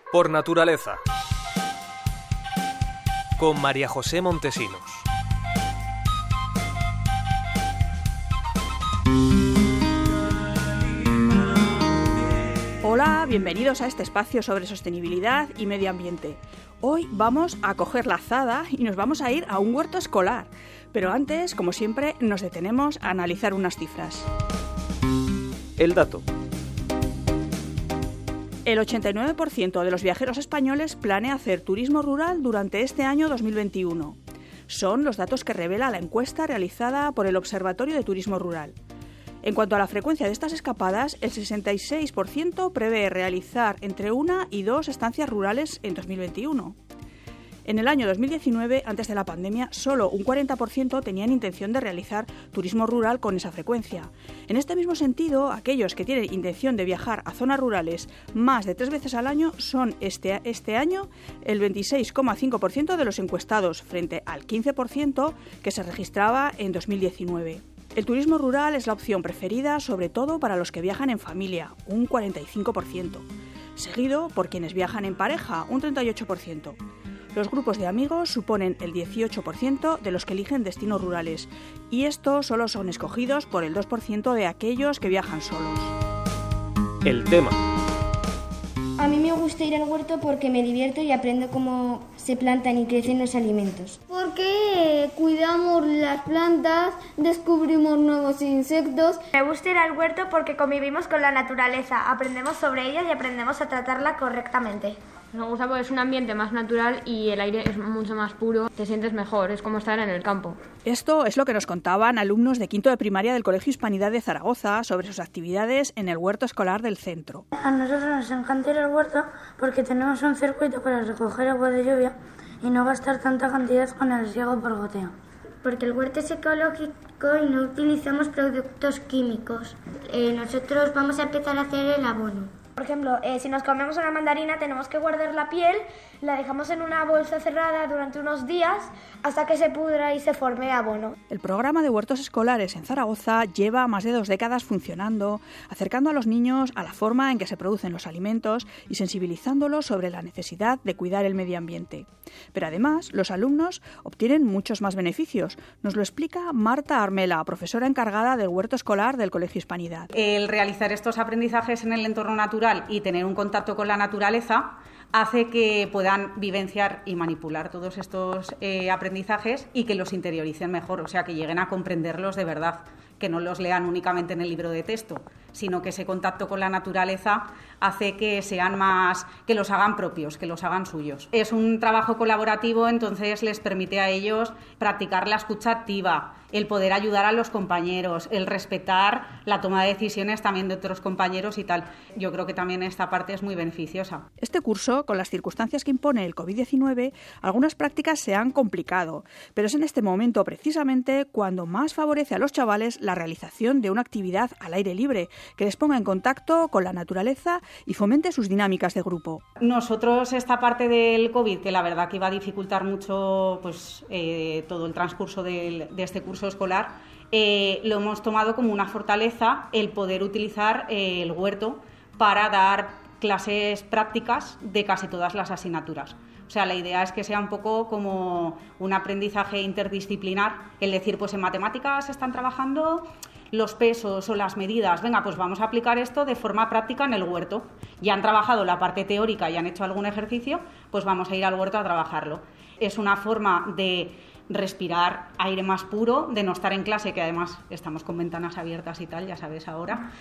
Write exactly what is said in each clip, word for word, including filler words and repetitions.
Por naturaleza, con María José Montesinos. Hola, bienvenidos a este espacio sobre sostenibilidad y medio ambiente. Hoy vamos a coger la azada y nos vamos a ir a un huerto escolar. Pero antes, como siempre, nos detenemos a analizar unas cifras. El dato. El ochenta y nueve por ciento de los viajeros españoles planea hacer turismo rural durante este año dos mil veintiuno. Son los datos que revela la encuesta realizada por el Observatorio de Turismo Rural. En cuanto a la frecuencia de estas escapadas, el sesenta y seis por ciento prevé realizar entre una y dos estancias rurales en dos mil veintiuno. En el año dos mil diecinueve, antes de la pandemia, solo un cuarenta por ciento tenían intención de realizar turismo rural con esa frecuencia. En este mismo sentido, aquellos que tienen intención de viajar a zonas rurales más de tres veces al año son este, este año el veintiséis coma cinco por ciento de los encuestados, frente al quince por ciento que se registraba en dos mil diecinueve. El turismo rural es la opción preferida, sobre todo para los que viajan en familia, un cuarenta y cinco por ciento, seguido por quienes viajan en pareja, un treinta y ocho por ciento. Los grupos de amigos suponen el dieciocho por ciento de los que eligen destinos rurales, y estos solo son escogidos por el dos por ciento de aquellos que viajan solos. El tema. A mí me gusta ir al huerto porque me divierto y aprendo cómo se plantan y crecen los alimentos. Porque cuidamos las plantas, descubrimos nuevos insectos. Me gusta ir al huerto porque convivimos con la naturaleza, aprendemos sobre ella y aprendemos a tratarla correctamente. Me gusta porque es un ambiente más natural y el aire es mucho más puro, te sientes mejor, es como estar en el campo. Esto es lo que nos contaban alumnos de quinto de primaria del Colegio Hispanidad de Zaragoza sobre sus actividades en el huerto escolar del centro. A nosotros nos encanta ir al huerto porque tenemos un circuito para recoger agua de lluvia y no gastar tanta cantidad con el riego por goteo. Porque el huerto es ecológico y no utilizamos productos químicos. Eh, nosotros vamos a empezar a hacer el abono. Por ejemplo, eh, si nos comemos una mandarina tenemos que guardar la piel, la dejamos en una bolsa cerrada durante unos días hasta que se pudra y se forme abono. El programa de huertos escolares en Zaragoza lleva más de dos décadas funcionando, acercando a los niños a la forma en que se producen los alimentos y sensibilizándolos sobre la necesidad de cuidar el medio ambiente. Pero además, los alumnos obtienen muchos más beneficios. Nos lo explica Marta Armela, profesora encargada del huerto escolar del Colegio Hispanidad. El realizar estos aprendizajes en el entorno natural y tener un contacto con la naturaleza hace que puedan vivenciar y manipular todos estos eh, aprendizajes y que los interioricen mejor, o sea, que lleguen a comprenderlos de verdad, que no los lean únicamente en el libro de texto, sino que ese contacto con la naturaleza hace que sean más, que los hagan propios, que los hagan suyos. Es un trabajo colaborativo, entonces les permite a ellos practicar la escucha activa, el poder ayudar a los compañeros, el respetar la toma de decisiones también de otros compañeros y tal. Yo creo que también esta parte es muy beneficiosa. Este curso, con las circunstancias que impone el covid diecinueve, algunas prácticas se han complicado, pero es en este momento precisamente cuando más favorece a los chavales la realización de una actividad al aire libre, que les ponga en contacto con la naturaleza y fomente sus dinámicas de grupo. Nosotros esta parte del COVID, que la verdad que iba a dificultar mucho pues, eh, todo el transcurso del, de este curso escolar, eh, lo hemos tomado como una fortaleza el poder utilizar eh, el huerto para dar clases prácticas de casi todas las asignaturas. O sea, la idea es que sea un poco como un aprendizaje interdisciplinar, el decir, pues en matemáticas están trabajando los pesos o las medidas, venga, pues vamos a aplicar esto de forma práctica en el huerto. Ya han trabajado la parte teórica y han hecho algún ejercicio, pues vamos a ir al huerto a trabajarlo. Es una forma de respirar aire más puro, de no estar en clase, que además estamos con ventanas abiertas y tal, ya sabes ahora.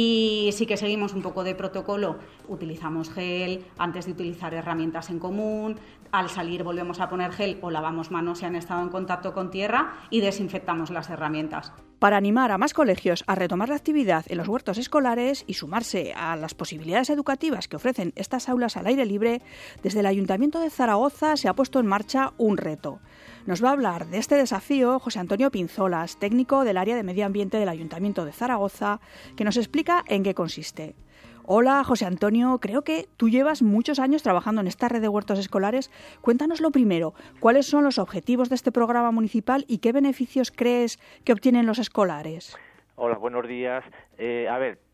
Y sí que seguimos un poco de protocolo, utilizamos gel antes de utilizar herramientas en común, al salir volvemos a poner gel o lavamos manos si han estado en contacto con tierra y desinfectamos las herramientas. Para animar a más colegios a retomar la actividad en los huertos escolares y sumarse a las posibilidades educativas que ofrecen estas aulas al aire libre, desde el Ayuntamiento de Zaragoza se ha puesto en marcha un reto. Nos va a hablar de este desafío José Antonio Pinzolas, técnico del área de medio ambiente del Ayuntamiento de Zaragoza, que nos explica en qué consiste. Hola, José Antonio, creo que tú llevas muchos años trabajando en esta red de huertos escolares. Cuéntanos lo primero, ¿cuáles son los objetivos de este programa municipal y qué beneficios crees que obtienen los escolares? Hola, buenos días. Eh, a ver,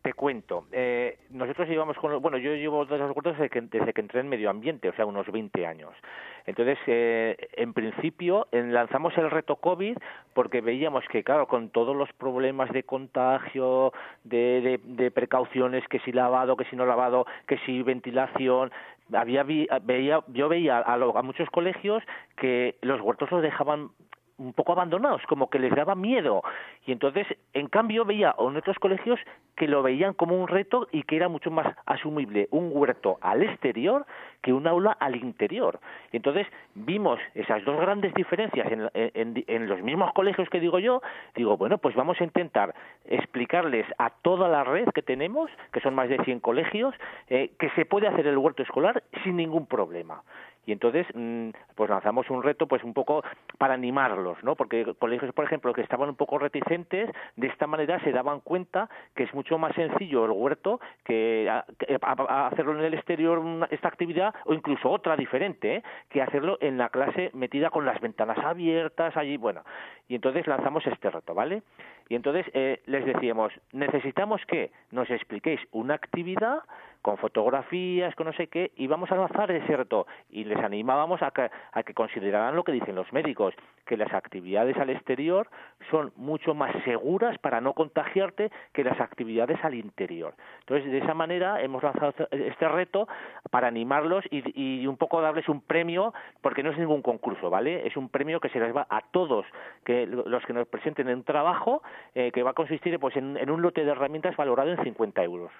te cuento. Eh, nosotros llevamos con, bueno, yo llevo dos huertos desde que, desde que entré en medio ambiente, o sea, unos veinte años. Entonces, eh, en principio, en, lanzamos el reto COVID porque veíamos que, claro, con todos los problemas de contagio, de, de, de precauciones, que si lavado, que si no lavado, que si ventilación, había veía yo veía a, lo, a muchos colegios que los huertos los dejaban un poco abandonados, como que les daba miedo. Y entonces, en cambio, veía en otros colegios que lo veían como un reto y que era mucho más asumible un huerto al exterior que un aula al interior. Y entonces vimos esas dos grandes diferencias en, en, en los mismos colegios que digo yo. Digo, bueno, pues vamos a intentar explicarles a toda la red que tenemos, que son más de cien colegios, eh, que se puede hacer el huerto escolar sin ningún problema. Y entonces, pues lanzamos un reto, pues un poco para animarlos, ¿no? Porque colegios, por ejemplo, que estaban un poco reticentes, de esta manera se daban cuenta que es mucho más sencillo el huerto que, a, a, a hacerlo en el exterior, una, esta actividad, o incluso otra diferente, ¿eh? Que hacerlo en la clase metida con las ventanas abiertas allí, bueno. Y entonces lanzamos este reto, ¿vale? Y entonces eh, les decíamos, necesitamos que nos expliquéis una actividad con fotografías, con no sé qué, y vamos a lanzar ese reto. Y les animábamos a que, a que consideraran lo que dicen los médicos, que las actividades al exterior son mucho más seguras para no contagiarte que las actividades al interior. Entonces, de esa manera hemos lanzado este reto para animarlos y, y un poco darles un premio, porque no es ningún concurso, ¿vale? Es un premio que se les va a todos que los que nos presenten en un trabajo, eh, que va a consistir pues en, en un lote de herramientas valorado en cincuenta euros.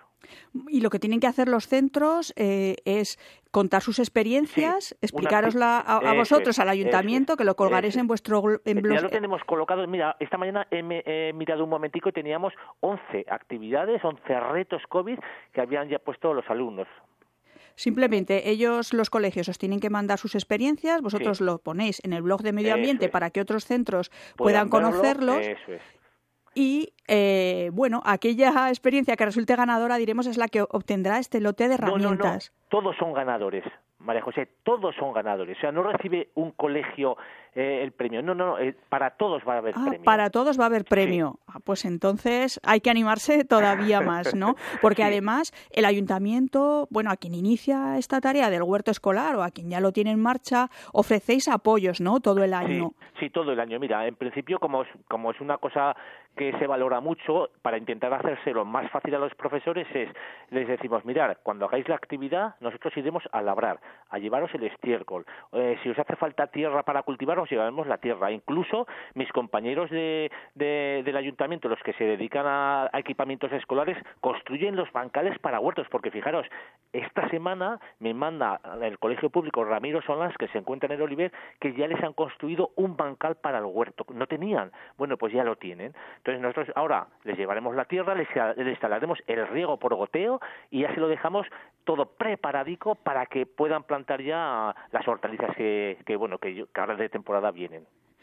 Y lo que tienen que hacer los centros eh, es contar sus experiencias, sí, explicárosla a, a vosotros, es, al ayuntamiento, es, que lo colgaréis es, en vuestro en blog. Ya lo tenemos colocado. Mira, esta mañana he, he mirado un momentico y teníamos once actividades, once retos COVID que habían ya puesto los alumnos. Simplemente ellos, los colegios, os tienen que mandar sus experiencias, vosotros sí. lo ponéis en el blog de Medio Ambiente es. para que otros centros puedan, puedan conocerlos. Eso es. Y, eh, bueno, aquella experiencia que resulte ganadora, diremos, es la que obtendrá este lote de herramientas. No, no, no. Todos son ganadores, María José, todos son ganadores. O sea, no recibe un colegio eh, el premio. No, no, no, eh, para todos va a haber ah, premio. Para todos va a haber premio. Sí. Ah, pues entonces hay que animarse todavía más, ¿no? Porque sí. además el ayuntamiento, bueno, a quien inicia esta tarea del huerto escolar o a quien ya lo tiene en marcha, ofrecéis apoyos, ¿no? Todo el año. Sí, sí, todo el año. Mira, en principio, como es, como es una cosa que se valora mucho, para intentar hacérselo más fácil a los profesores es, les decimos, mirad, cuando hagáis la actividad, nosotros iremos a labrar, a llevaros el estiércol. Eh, si os hace falta tierra para cultivar, os llevaremos la tierra. Incluso mis compañeros de, de, del ayuntamiento, los que se dedican a, a equipamientos escolares, construyen los bancales para huertos, porque fijaros, esta semana me manda el Colegio Público Ramiro Solans, que se encuentra en el Oliver, que ya les han construido un bancal para el huerto. No tenían. Bueno, pues ya lo tienen. Entonces nosotros ahora les llevaremos la tierra, les, les instalaremos el riego por goteo y ya se lo dejamos todo preparadico para que puedan plantar ya las hortalizas que, que bueno, que, que ahora de temporada vienen.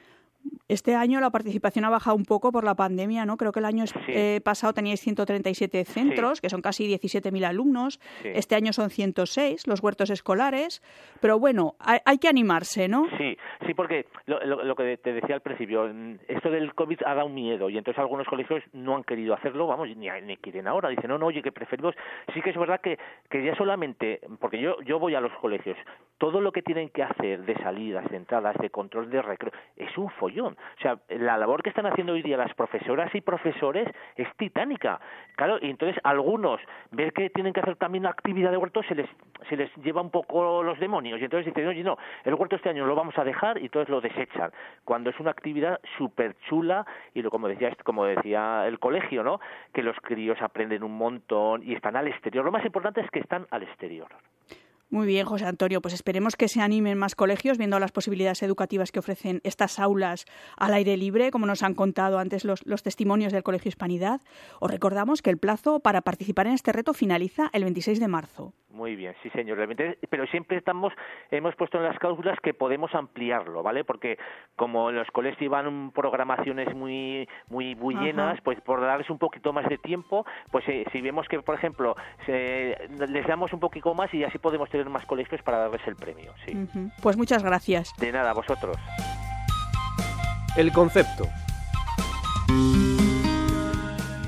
Este año la participación ha bajado un poco por la pandemia, ¿no? Creo que el año sí. eh, pasado teníais ciento treinta y siete centros, sí. que son casi diecisiete mil alumnos. Sí. Este año son ciento seis, los huertos escolares. Pero bueno, hay, hay que animarse, ¿no? Sí, sí, porque lo, lo, lo que te decía al principio, esto del COVID ha dado miedo y entonces algunos colegios no han querido hacerlo, vamos, ni, ni quieren ahora. Dicen, no, no, oye, que preferimos... Sí que es verdad que, que ya solamente... Porque yo, yo voy a los colegios, todo lo que tienen que hacer de salidas, de entradas, de control de recreo, es un follón. O sea, la labor que están haciendo hoy día las profesoras y profesores es titánica. Claro, y entonces algunos, ver que tienen que hacer también una actividad de huerto, se les se les lleva un poco los demonios. Y entonces dicen, oye, no, el huerto este año lo vamos a dejar y entonces lo desechan. Cuando es una actividad súper chula y lo, como decía, como decía el colegio, ¿no? Que los críos aprenden un montón y están al exterior. Lo más importante es que están al exterior. Muy bien, José Antonio, pues esperemos que se animen más colegios viendo las posibilidades educativas que ofrecen estas aulas al aire libre, como nos han contado antes los, los testimonios del Colegio Hispanidad. Os recordamos que el plazo para participar en este reto finaliza el veintiséis de marzo. Muy bien, sí señor, realmente, pero siempre estamos, hemos puesto en las cláusulas que podemos ampliarlo, ¿vale? Porque como los colegios llevan programaciones muy muy muy llenas, Ajá. pues por darles un poquito más de tiempo, pues eh, si vemos que, por ejemplo, se, les damos un poquito más y así podemos tener más colegios para darles el premio, sí. Uh-huh. Pues muchas gracias. De nada, a vosotros. El concepto.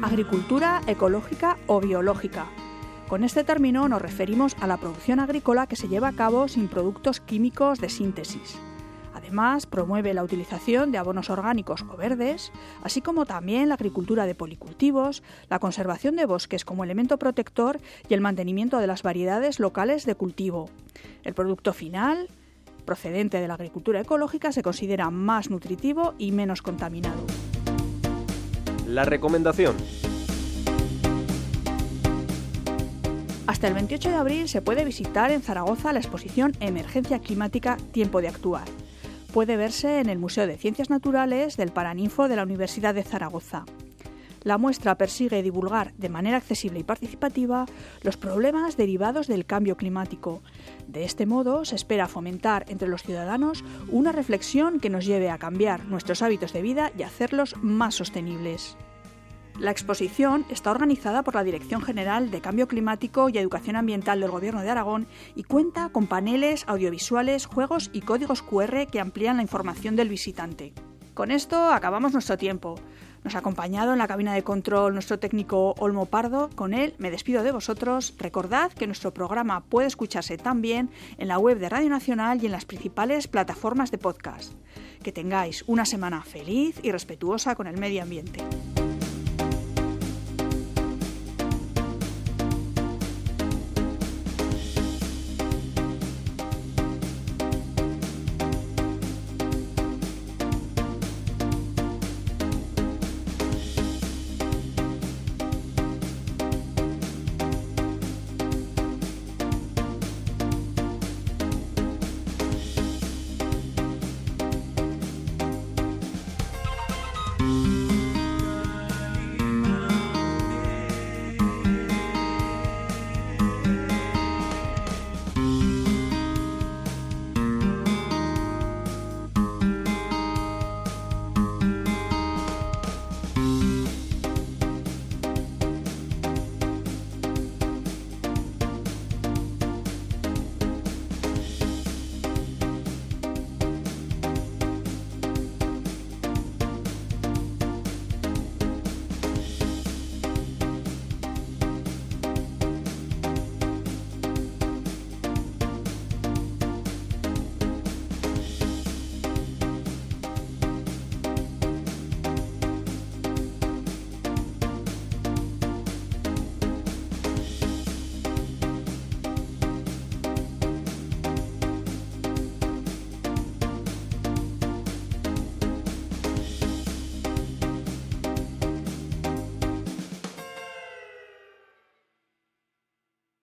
agricultura ecológica o biológica. Con este término nos referimos a la producción agrícola que se lleva a cabo sin productos químicos de síntesis. Además, promueve la utilización de abonos orgánicos o verdes, así como también la agricultura de policultivos, la conservación de bosques como elemento protector y el mantenimiento de las variedades locales de cultivo. El producto final, procedente de la agricultura ecológica, se considera más nutritivo y menos contaminado. La recomendación. Hasta el veintiocho de abril se puede visitar en Zaragoza la exposición Emergencia Climática – Tiempo de Actuar. Puede verse en el Museo de Ciencias Naturales del Paraninfo de la Universidad de Zaragoza. La muestra persigue divulgar de manera accesible y participativa los problemas derivados del cambio climático. De este modo, se espera fomentar entre los ciudadanos una reflexión que nos lleve a cambiar nuestros hábitos de vida y hacerlos más sostenibles. La exposición está organizada por la Dirección General de Cambio Climático y Educación Ambiental del Gobierno de Aragón y cuenta con paneles, audiovisuales, juegos y códigos cu erre que amplían la información del visitante. Con esto acabamos nuestro tiempo. Nos ha acompañado en la cabina de control nuestro técnico Olmo Pardo. Con él me despido de vosotros. Recordad que nuestro programa puede escucharse también en la web de Radio Nacional y en las principales plataformas de podcast. Que tengáis una semana feliz y respetuosa con el medio ambiente.